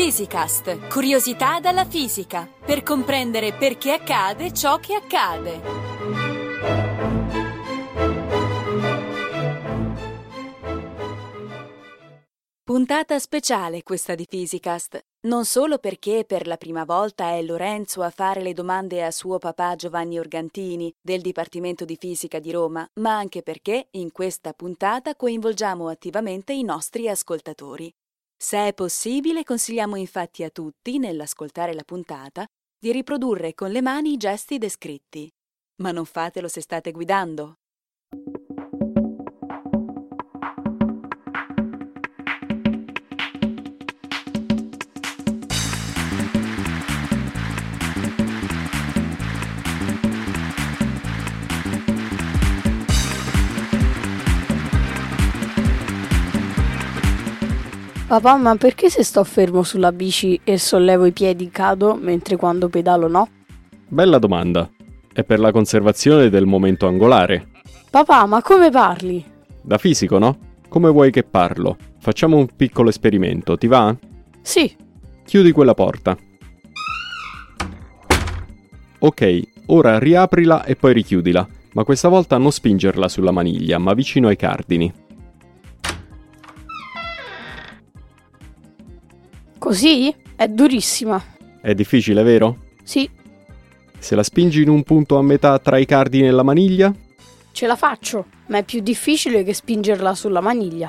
Fisicast, curiosità dalla fisica, per comprendere perché accade ciò che accade. Puntata speciale questa di Fisicast, non solo perché per la prima volta è Lorenzo a fare le domande a suo papà Giovanni Organtini del Dipartimento di Fisica di Roma, ma anche perché in questa puntata coinvolgiamo attivamente i nostri ascoltatori. Se è possibile, consigliamo infatti a tutti, nell'ascoltare la puntata, di riprodurre con le mani i gesti descritti. Ma non fatelo se state guidando. Papà, ma perché se sto fermo sulla bici e sollevo i piedi cado, mentre quando pedalo no? Bella domanda. È per la conservazione del momento angolare. Papà, ma come parli? Da fisico, no? Come vuoi che parlo? Facciamo un piccolo esperimento, ti va? Sì. Chiudi quella porta. Ok, ora riaprila e poi richiudila, ma questa volta non spingerla sulla maniglia, ma vicino ai cardini. Così? È durissima. È difficile, vero? Sì. Se la spingi in un punto a metà tra i cardini e la maniglia? Ce la faccio, ma è più difficile che spingerla sulla maniglia.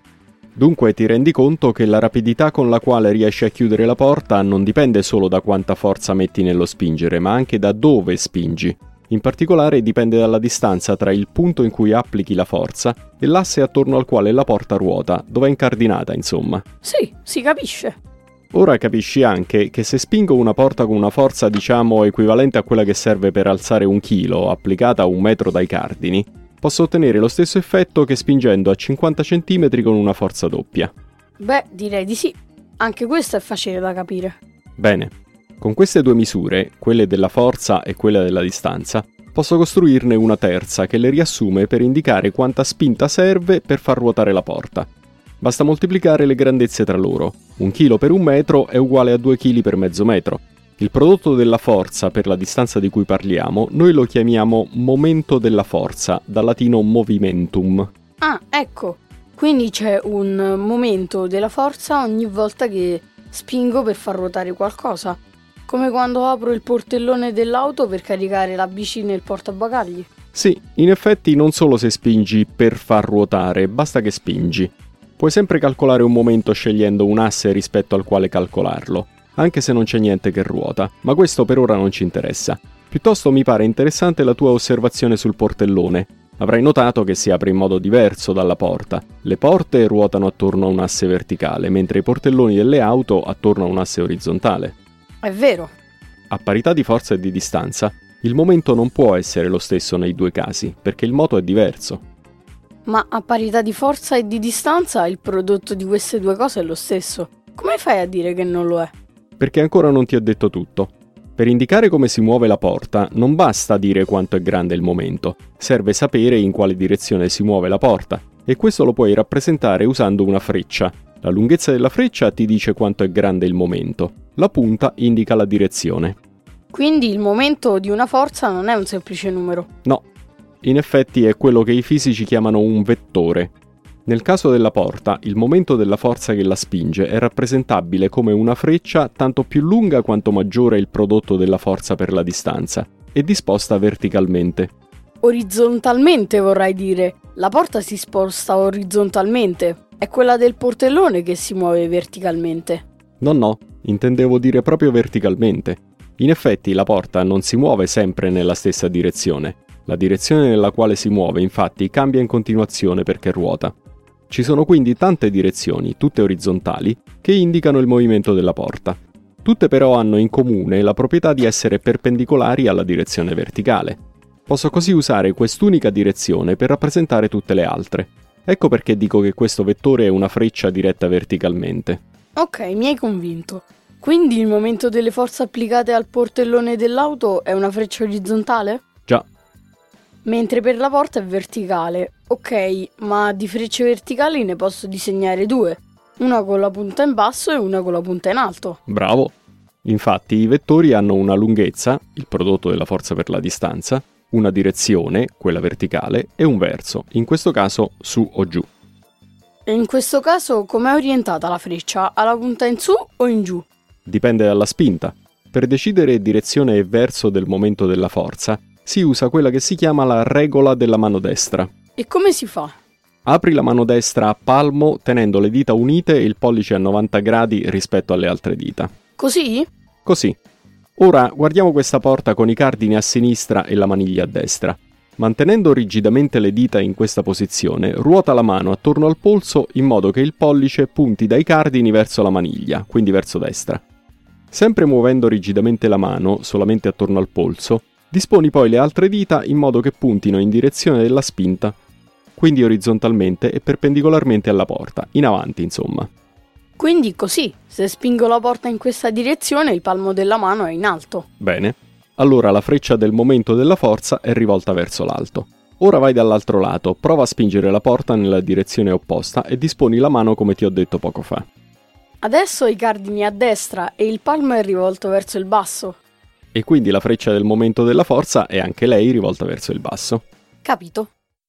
Dunque ti rendi conto che la rapidità con la quale riesci a chiudere la porta non dipende solo da quanta forza metti nello spingere, ma anche da dove spingi. In particolare dipende dalla distanza tra il punto in cui applichi la forza e l'asse attorno al quale la porta ruota, dove è incardinata, insomma. Sì, si capisce. Ora capisci anche che se spingo una porta con una forza diciamo equivalente a quella che serve per alzare 1 chilo, applicata a 1 metro dai cardini, posso ottenere lo stesso effetto che spingendo a 50 cm con una forza doppia. Beh, direi di sì. Anche questo è facile da capire. Bene, con queste 2 misure, quelle della forza e quella della distanza, posso costruirne una terza che le riassume per indicare quanta spinta serve per far ruotare la porta. Basta moltiplicare le grandezze tra loro. 1 chilo per 1 metro è uguale a 2 chili per mezzo metro. Il prodotto della forza per la distanza di cui parliamo, noi lo chiamiamo momento della forza, dal latino movimentum. Ah, ecco. Quindi c'è un momento della forza ogni volta che spingo per far ruotare qualcosa. Come quando apro il portellone dell'auto per caricare la bici nel portabagagli. Sì, in effetti non solo se spingi per far ruotare, basta che spingi. Puoi sempre calcolare un momento scegliendo un asse rispetto al quale calcolarlo, anche se non c'è niente che ruota, ma questo per ora non ci interessa. Piuttosto mi pare interessante la tua osservazione sul portellone. Avrai notato che si apre in modo diverso dalla porta. Le porte ruotano attorno a un asse verticale, mentre i portelloni delle auto attorno a un asse orizzontale. È vero. A parità di forza e di distanza, il momento non può essere lo stesso nei 2 casi, perché il moto è diverso. Ma a parità di forza e di distanza il prodotto di queste 2 cose è lo stesso. Come fai a dire che non lo è? Perché ancora non ti ho detto tutto. Per indicare come si muove la porta non basta dire quanto è grande il momento, serve sapere in quale direzione si muove la porta, e questo lo puoi rappresentare usando una freccia. La lunghezza della freccia ti dice quanto è grande il momento, la punta indica la direzione. Quindi il momento di una forza non è un semplice numero. No. In effetti è quello che i fisici chiamano un vettore. Nel caso della porta, il momento della forza che la spinge è rappresentabile come una freccia tanto più lunga quanto maggiore il prodotto della forza per la distanza, e disposta verticalmente. Orizzontalmente vorrai dire. La porta si sposta orizzontalmente. È quella del portellone che si muove verticalmente. No, intendevo dire proprio verticalmente. In effetti la porta non si muove sempre nella stessa direzione. La direzione nella quale si muove, infatti, cambia in continuazione perché ruota. Ci sono quindi tante direzioni, tutte orizzontali, che indicano il movimento della porta. Tutte però hanno in comune la proprietà di essere perpendicolari alla direzione verticale. Posso così usare quest'unica direzione per rappresentare tutte le altre. Ecco perché dico che questo vettore è una freccia diretta verticalmente. Ok, mi hai convinto. Quindi il momento delle forze applicate al portellone dell'auto è una freccia orizzontale? Già. Mentre per la porta è verticale. Ok, ma di frecce verticali ne posso disegnare 2. Una con la punta in basso e una con la punta in alto. Bravo! Infatti i vettori hanno una lunghezza, il prodotto della forza per la distanza, una direzione, quella verticale, e un verso, in questo caso su o giù. E in questo caso com'è orientata la freccia? Alla punta in su o in giù? Dipende dalla spinta. Per decidere direzione e verso del momento della forza, si usa quella che si chiama la regola della mano destra. E come si fa? Apri la mano destra a palmo tenendo le dita unite e il pollice a 90 gradi rispetto alle altre dita. Così? Così. Ora guardiamo questa porta con i cardini a sinistra e la maniglia a destra. Mantenendo rigidamente le dita in questa posizione, ruota la mano attorno al polso in modo che il pollice punti dai cardini verso la maniglia, quindi verso destra. Sempre muovendo rigidamente la mano, solamente attorno al polso, disponi poi le altre dita in modo che puntino in direzione della spinta, quindi orizzontalmente e perpendicolarmente alla porta, in avanti insomma. Quindi così, se spingo la porta in questa direzione il palmo della mano è in alto. Bene, allora la freccia del momento della forza è rivolta verso l'alto. Ora vai dall'altro lato, prova a spingere la porta nella direzione opposta e disponi la mano come ti ho detto poco fa. Adesso i cardini a destra e il palmo è rivolto verso il basso. E quindi la freccia del momento della forza è anche lei rivolta verso il basso. Capito?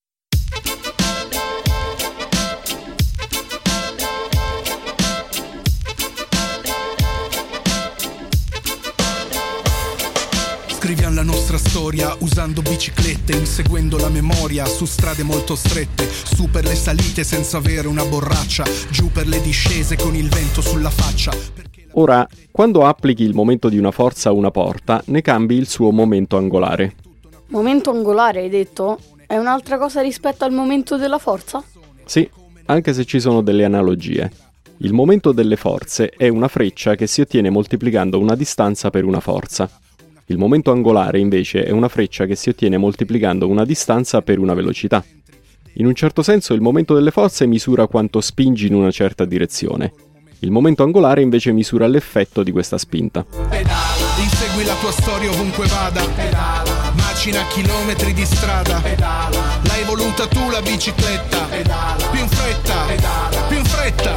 Scriviamo la nostra storia usando biciclette, inseguendo la memoria su strade molto strette, su per le salite senza avere una borraccia, giù per le discese con il vento sulla faccia. Ora, quando applichi il momento di una forza a una porta, ne cambi il suo momento angolare. Momento angolare, hai detto? È un'altra cosa rispetto al momento della forza? Sì, anche se ci sono delle analogie. Il momento delle forze è una freccia che si ottiene moltiplicando una distanza per una forza. Il momento angolare, invece, è una freccia che si ottiene moltiplicando una distanza per una velocità. In un certo senso, il momento delle forze misura quanto spingi in una certa direzione. Il momento angolare, invece, misura l'effetto di questa spinta. Pedala, insegui la tua storia ovunque vada. Pedala, macina chilometri di strada. Pedala, l'hai voluta tu la bicicletta. Pedala, più in fretta. Pedala, più in fretta.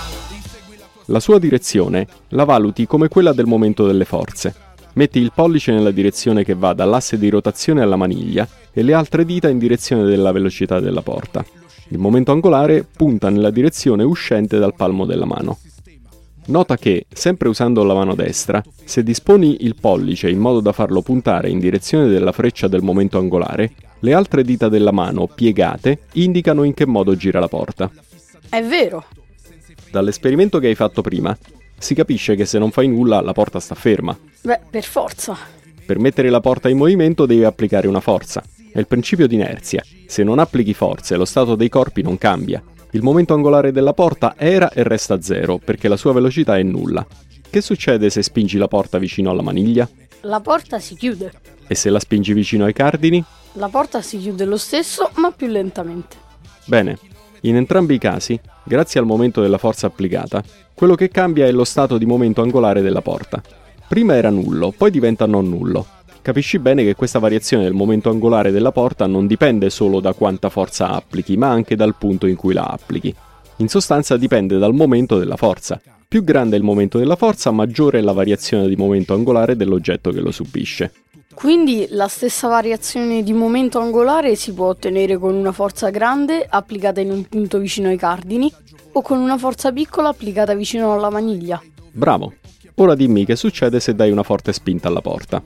La sua direzione la valuti come quella del momento delle forze. Metti il pollice nella direzione che va dall'asse di rotazione alla maniglia e le altre dita in direzione della velocità della porta. Il momento angolare punta nella direzione uscente dal palmo della mano. Nota che, sempre usando la mano destra, se disponi il pollice in modo da farlo puntare in direzione della freccia del momento angolare, le altre dita della mano, piegate, indicano in che modo gira la porta. È vero! Dall'esperimento che hai fatto prima, si capisce che se non fai nulla la porta sta ferma. Beh, per forza. Per mettere la porta in movimento devi applicare una forza. È il principio di inerzia. Se non applichi forze, lo stato dei corpi non cambia. Il momento angolare della porta era e resta zero, perché la sua velocità è nulla. Che succede se spingi la porta vicino alla maniglia? La porta si chiude. E se la spingi vicino ai cardini? La porta si chiude lo stesso, ma più lentamente. Bene, in entrambi i casi, grazie al momento della forza applicata, quello che cambia è lo stato di momento angolare della porta. Prima era nullo, poi diventa non nullo. Capisci bene che questa variazione del momento angolare della porta non dipende solo da quanta forza applichi, ma anche dal punto in cui la applichi. In sostanza dipende dal momento della forza. Più grande è il momento della forza, maggiore è la variazione di momento angolare dell'oggetto che lo subisce. Quindi la stessa variazione di momento angolare si può ottenere con una forza grande applicata in un punto vicino ai cardini o con una forza piccola applicata vicino alla maniglia. Bravo! Ora dimmi che succede se dai una forte spinta alla porta.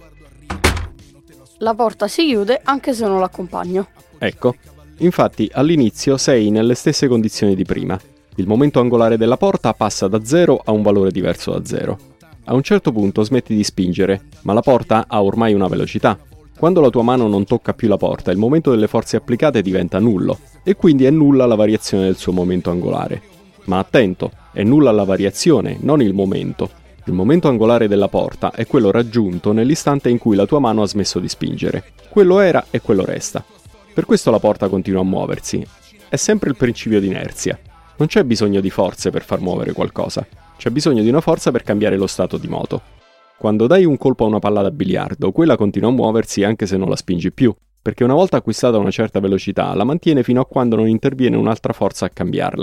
La porta si chiude anche se non l'accompagno. Ecco, infatti all'inizio sei nelle stesse condizioni di prima. Il momento angolare della porta passa da 0 a un valore diverso da 0. A un certo punto smetti di spingere, ma la porta ha ormai una velocità. Quando la tua mano non tocca più la porta, il momento delle forze applicate diventa nullo, e quindi è nulla la variazione del suo momento angolare. Ma attento, è nulla la variazione, non il momento. Il momento angolare della porta è quello raggiunto nell'istante in cui la tua mano ha smesso di spingere. Quello era e quello resta. Per questo la porta continua a muoversi. È sempre il principio di inerzia. Non c'è bisogno di forze per far muovere qualcosa. C'è bisogno di una forza per cambiare lo stato di moto. Quando dai un colpo a una palla da biliardo, quella continua a muoversi anche se non la spingi più, perché una volta acquistata una certa velocità la mantiene fino a quando non interviene un'altra forza a cambiarla.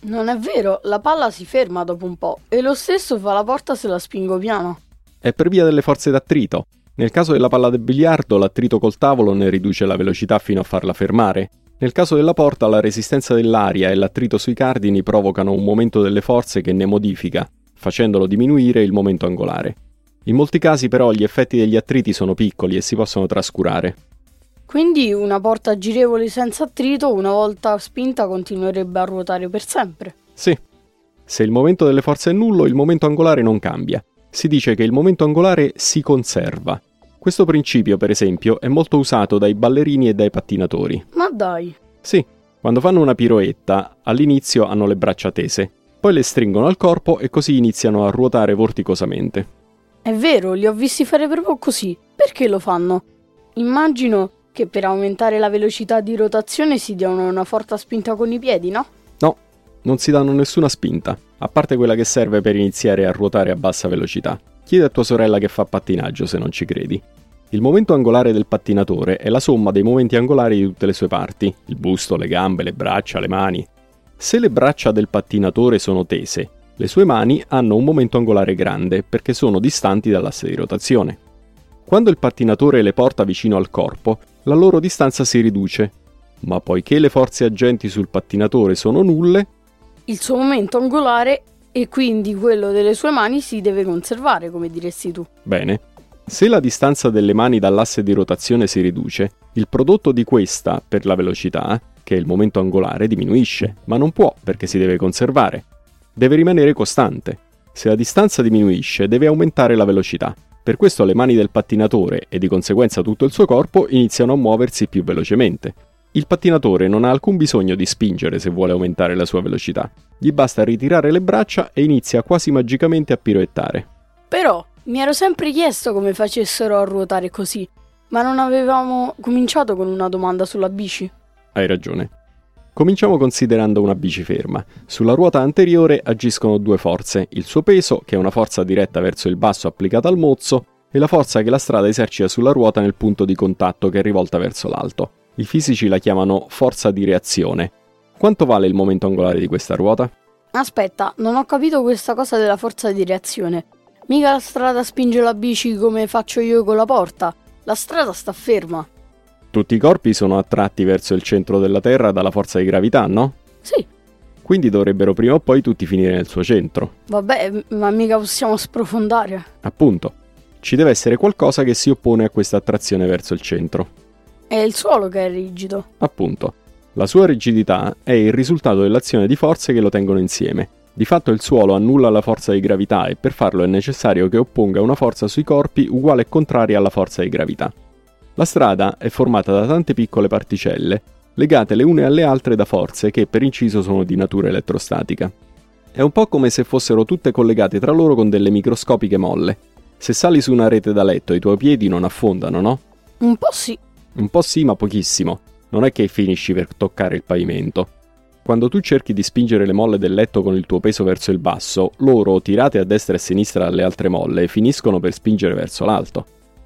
Non è vero, la palla si ferma dopo un po' e lo stesso fa la porta se la spingo piano. È per via delle forze d'attrito. Nel caso della palla del biliardo, l'attrito col tavolo ne riduce la velocità fino a farla fermare. Nel caso della porta, la resistenza dell'aria e l'attrito sui cardini provocano un momento delle forze che ne modifica, facendolo diminuire il momento angolare. In molti casi però gli effetti degli attriti sono piccoli e si possono trascurare. Quindi una porta girevole senza attrito, una volta spinta, continuerebbe a ruotare per sempre. Sì. Se il momento delle forze è nullo, il momento angolare non cambia. Si dice che il momento angolare si conserva. Questo principio, per esempio, è molto usato dai ballerini e dai pattinatori. Ma dai! Sì, quando fanno una piroetta, all'inizio hanno le braccia tese, poi le stringono al corpo e così iniziano a ruotare vorticosamente. È vero, li ho visti fare proprio così. Perché lo fanno? Immagino che per aumentare la velocità di rotazione si diano una forte spinta con i piedi, no? No, non si danno nessuna spinta, a parte quella che serve per iniziare a ruotare a bassa velocità. Chiedi a tua sorella che fa pattinaggio se non ci credi. Il momento angolare del pattinatore è la somma dei momenti angolari di tutte le sue parti, il busto, le gambe, le braccia, le mani. Se le braccia del pattinatore sono tese, le sue mani hanno un momento angolare grande perché sono distanti dall'asse di rotazione. Quando il pattinatore le porta vicino al corpo, la loro distanza si riduce, ma poiché le forze agenti sul pattinatore sono nulle, il suo momento angolare e quindi quello delle sue mani si deve conservare, come diresti tu. Bene. Se la distanza delle mani dall'asse di rotazione si riduce, il prodotto di questa per la velocità, che è il momento angolare, diminuisce, ma non può perché si deve conservare. Deve rimanere costante. Se la distanza diminuisce, deve aumentare la velocità. Per questo le mani del pattinatore e di conseguenza tutto il suo corpo iniziano a muoversi più velocemente. Il pattinatore non ha alcun bisogno di spingere se vuole aumentare la sua velocità. Gli basta ritirare le braccia e inizia quasi magicamente a piroettare. Però mi ero sempre chiesto come facessero a ruotare così, ma non avevamo cominciato con una domanda sulla bici? Hai ragione. Cominciamo considerando una bici ferma. Sulla ruota anteriore agiscono due forze, il suo peso, che è una forza diretta verso il basso applicata al mozzo, e la forza che la strada esercita sulla ruota nel punto di contatto che è rivolta verso l'alto. I fisici la chiamano forza di reazione. Quanto vale il momento angolare di questa ruota? Aspetta, non ho capito questa cosa della forza di reazione. Mica la strada spinge la bici come faccio io con la porta. La strada sta ferma. Tutti i corpi sono attratti verso il centro della Terra dalla forza di gravità, no? Sì. Quindi dovrebbero prima o poi tutti finire nel suo centro. Vabbè, ma mica possiamo sprofondare. Appunto. Ci deve essere qualcosa che si oppone a questa attrazione verso il centro. È il suolo che è rigido. Appunto. La sua rigidità è il risultato dell'azione di forze che lo tengono insieme. Di fatto il suolo annulla la forza di gravità e per farlo è necessario che opponga una forza sui corpi uguale e contraria alla forza di gravità. La strada è formata da tante piccole particelle, legate le une alle altre da forze che per inciso sono di natura elettrostatica. È un po' come se fossero tutte collegate tra loro con delle microscopiche molle. Se sali su una rete da letto i tuoi piedi non affondano, no? Un po' sì. Un po' sì, ma pochissimo. Non è che finisci per toccare il pavimento. Quando tu cerchi di spingere le molle del letto con il tuo peso verso il basso, loro, tirate a destra e a sinistra dalle altre molle, finiscono per spingere verso l'alto.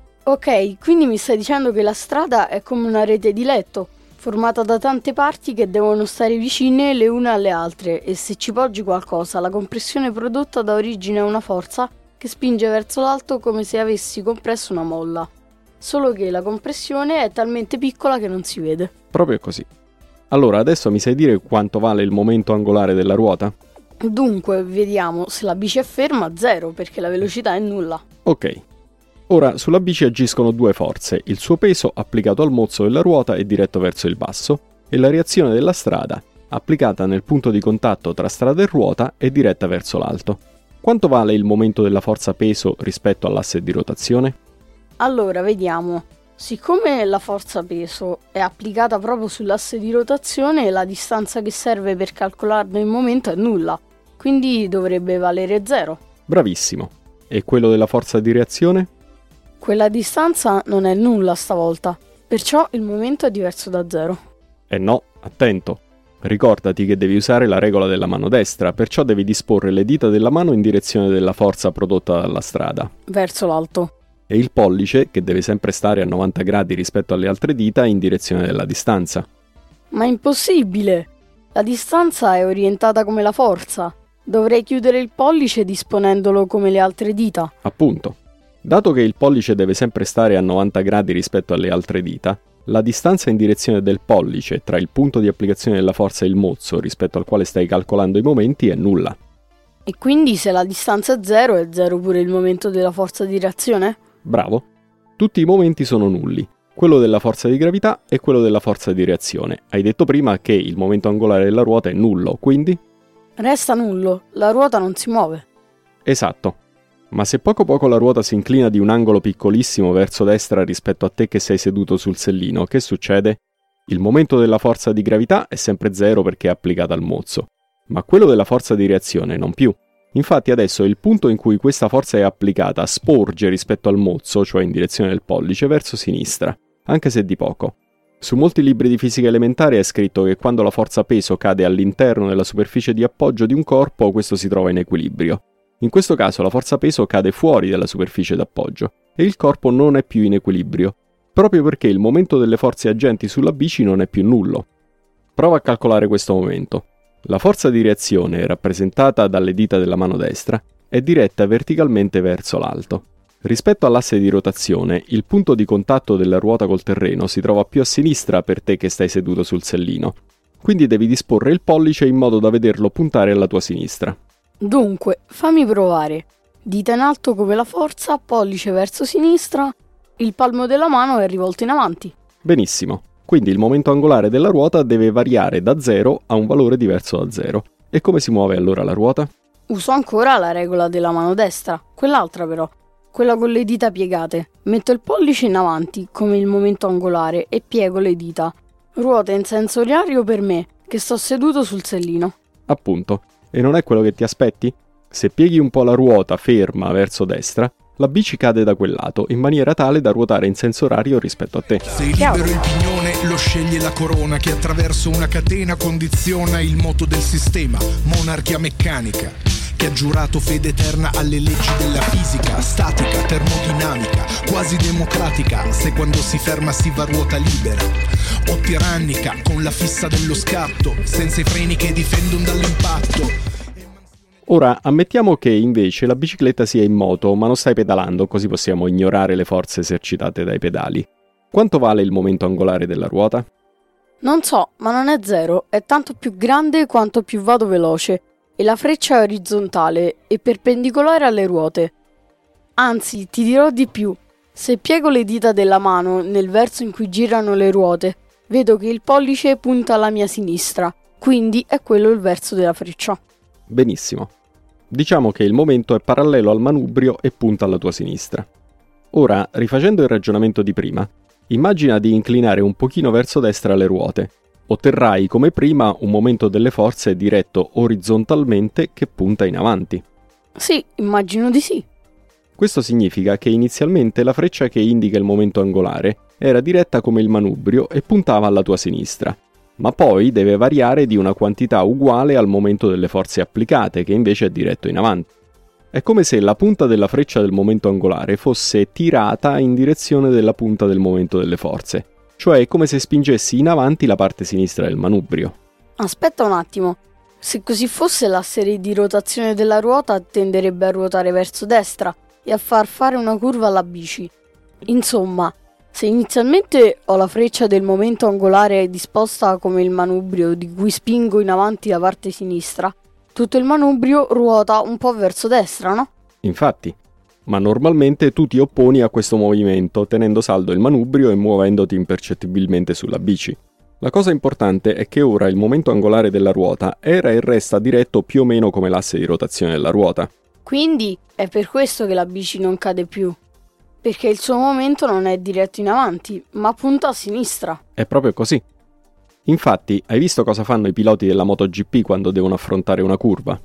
Ok, quindi mi stai dicendo che la strada è come una rete di letto, formata da tante parti che devono stare vicine le une alle altre e se ci poggi qualcosa, la compressione prodotta dà origine a una forza che spinge verso l'alto come se avessi compresso una molla. Solo che la compressione è talmente piccola che non si vede. Proprio così. Allora, adesso mi sai dire quanto vale il momento angolare della ruota? Dunque, vediamo, se la bici è ferma, 0, perché la velocità è nulla. Ok. Ora, sulla bici agiscono due forze, il suo peso applicato al mozzo della ruota e diretto verso il basso, e la reazione della strada, applicata nel punto di contatto tra strada e ruota e diretta verso l'alto. Quanto vale il momento della forza peso rispetto all'asse di rotazione? Allora, vediamo. Siccome la forza peso è applicata proprio sull'asse di rotazione, la distanza che serve per calcolarne il momento è nulla, quindi dovrebbe valere 0. Bravissimo. E quello della forza di reazione? Quella distanza non è nulla stavolta, perciò il momento è diverso da 0. No, attento. Ricordati che devi usare la regola della mano destra, perciò devi disporre le dita della mano in direzione della forza prodotta dalla strada. Verso l'alto. E il pollice, che deve sempre stare a 90 gradi rispetto alle altre dita, in direzione della distanza. Ma è impossibile! La distanza è orientata come la forza. Dovrei chiudere il pollice disponendolo come le altre dita. Appunto. Dato che il pollice deve sempre stare a 90 gradi rispetto alle altre dita, la distanza in direzione del pollice tra il punto di applicazione della forza e il mozzo rispetto al quale stai calcolando i momenti è nulla. E quindi se la distanza è 0, è 0 pure il momento della forza di reazione? Bravo. Tutti i momenti sono nulli. Quello della forza di gravità e quello della forza di reazione. Hai detto prima che il momento angolare della ruota è nullo, quindi? Resta nullo, la ruota non si muove. Esatto. Ma se poco la ruota si inclina di un angolo piccolissimo verso destra rispetto a te che sei seduto sul sellino, che succede? Il momento della forza di gravità è sempre 0 perché è applicata al mozzo, ma quello della forza di reazione non più. Infatti adesso il punto in cui questa forza è applicata sporge rispetto al mozzo, cioè in direzione del pollice, verso sinistra, anche se di poco. Su molti libri di fisica elementare è scritto che quando la forza peso cade all'interno della superficie di appoggio di un corpo, questo si trova in equilibrio. In questo caso la forza peso cade fuori dalla superficie d'appoggio e il corpo non è più in equilibrio, proprio perché il momento delle forze agenti sulla bici non è più nullo. Prova a calcolare questo momento. La forza di reazione, rappresentata dalle dita della mano destra, è diretta verticalmente verso l'alto. Rispetto all'asse di rotazione, il punto di contatto della ruota col terreno si trova più a sinistra per te che stai seduto sul sellino, quindi devi disporre il pollice in modo da vederlo puntare alla tua sinistra. Dunque, fammi provare. Dita in alto come la forza, pollice verso sinistra, il palmo della mano è rivolto in avanti. Benissimo, quindi il momento angolare della ruota deve variare da 0 a un valore diverso da 0. E come si muove allora la ruota? Uso ancora la regola della mano destra, quell'altra però, quella con le dita piegate. Metto il pollice in avanti, come il momento angolare, e piego le dita. Ruota in senso orario per me, che sto seduto sul sellino. Appunto. E non è quello che ti aspetti? Se pieghi un po' la ruota ferma verso destra, la bici cade da quel lato, in maniera tale da ruotare in senso orario rispetto a te. Se libero il pignone, lo sceglie la corona che attraverso una catena condiziona il moto del sistema, monarchia meccanica, che ha giurato fede eterna alle leggi della fisica, statica, termodinamica, quasi democratica, se quando si ferma si va a ruota libera, o tirannica, con la fissa dello scatto, senza i freni che difendono dall'impatto. Ora, ammettiamo che invece la bicicletta sia in moto, ma non stai pedalando, così possiamo ignorare le forze esercitate dai pedali. Quanto vale il momento angolare della ruota? Non so, ma non è 0, è tanto più grande quanto più vado veloce, e la freccia è orizzontale e perpendicolare alle ruote. Anzi, ti dirò di più. Se piego le dita della mano nel verso in cui girano le ruote, vedo che il pollice punta alla mia sinistra, quindi è quello il verso della freccia. Benissimo. Diciamo che il momento è parallelo al manubrio e punta alla tua sinistra. Ora, rifacendo il ragionamento di prima, immagina di inclinare un pochino verso destra le ruote. Otterrai come prima un momento delle forze diretto orizzontalmente che punta in avanti. Sì, immagino di sì. Questo significa che inizialmente la freccia che indica il momento angolare era diretta come il manubrio e puntava alla tua sinistra, ma poi deve variare di una quantità uguale al momento delle forze applicate, che invece è diretto in avanti. È come se la punta della freccia del momento angolare fosse tirata in direzione della punta del momento delle forze, cioè è come se spingessi in avanti la parte sinistra del manubrio. Aspetta un attimo, se così fosse l'asse di rotazione della ruota tenderebbe a ruotare verso destra e a far fare una curva alla bici. Insomma, se inizialmente ho la freccia del momento angolare disposta come il manubrio di cui spingo in avanti la parte sinistra, tutto il manubrio ruota un po' verso destra, no? Infatti, ma normalmente tu ti opponi a questo movimento tenendo saldo il manubrio e muovendoti impercettibilmente sulla bici. La cosa importante è che ora il momento angolare della ruota era e resta diretto più o meno come l'asse di rotazione della ruota. Quindi è per questo che la bici non cade più. Perché il suo momento non è diretto in avanti, ma punta a sinistra. È proprio così. Infatti, hai visto cosa fanno i piloti della MotoGP quando devono affrontare una curva?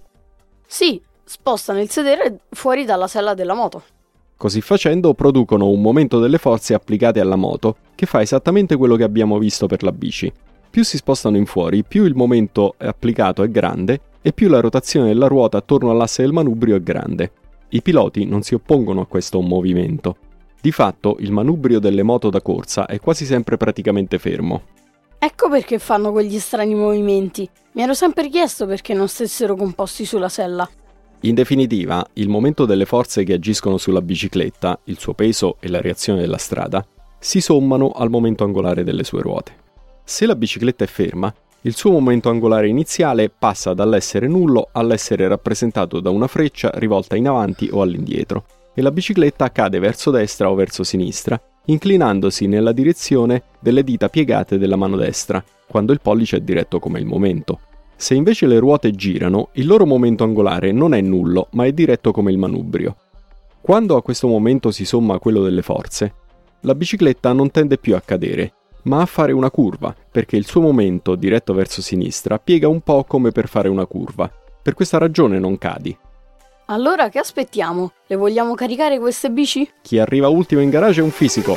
Sì, spostano il sedere fuori dalla sella della moto. Così facendo producono un momento delle forze applicate alla moto che fa esattamente quello che abbiamo visto per la bici. Più si spostano in fuori, più il momento applicato è grande e più la rotazione della ruota attorno all'asse del manubrio è grande. I piloti non si oppongono a questo movimento. Di fatto, il manubrio delle moto da corsa è quasi sempre praticamente fermo. Ecco perché fanno quegli strani movimenti. Mi ero sempre chiesto perché non stessero composti sulla sella. In definitiva, il momento delle forze che agiscono sulla bicicletta, il suo peso e la reazione della strada, si sommano al momento angolare delle sue ruote. Se la bicicletta è ferma, il suo momento angolare iniziale passa dall'essere nullo all'essere rappresentato da una freccia rivolta in avanti o all'indietro, e la bicicletta cade verso destra o verso sinistra, inclinandosi nella direzione delle dita piegate della mano destra, quando il pollice è diretto come il momento. Se invece le ruote girano, il loro momento angolare non è nullo, ma è diretto come il manubrio. Quando a questo momento si somma quello delle forze, la bicicletta non tende più a cadere, ma a fare una curva, perché il suo momento, diretto verso sinistra, piega un po' come per fare una curva. Per questa ragione non cadi. Allora che aspettiamo? Le vogliamo caricare queste bici? Chi arriva ultimo in garage è un fisico.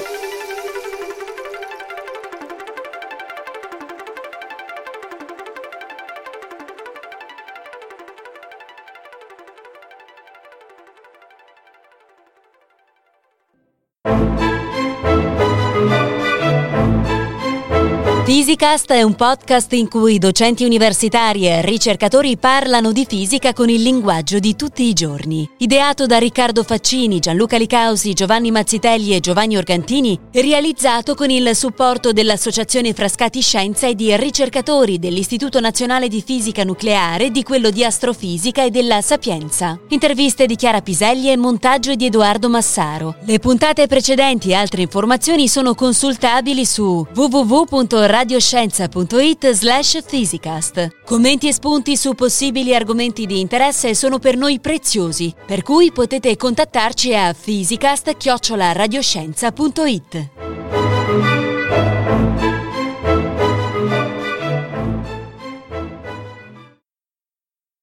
Fisicast è un podcast in cui docenti universitari e ricercatori parlano di fisica con il linguaggio di tutti i giorni. Ideato da Riccardo Faccini, Gianluca Licausi, Giovanni Mazzitelli e Giovanni Organtini, realizzato con il supporto dell'Associazione Frascati Scienza e di ricercatori dell'Istituto Nazionale di Fisica Nucleare, di quello di Astrofisica e della Sapienza. Interviste di Chiara Piselli e montaggio di Edoardo Massaro. Le puntate precedenti e altre informazioni sono consultabili su www.radioscienza.it/Fisicast. Commenti e spunti su possibili argomenti di interesse sono per noi preziosi, per cui potete contattarci a fisicast@radioscienza.it.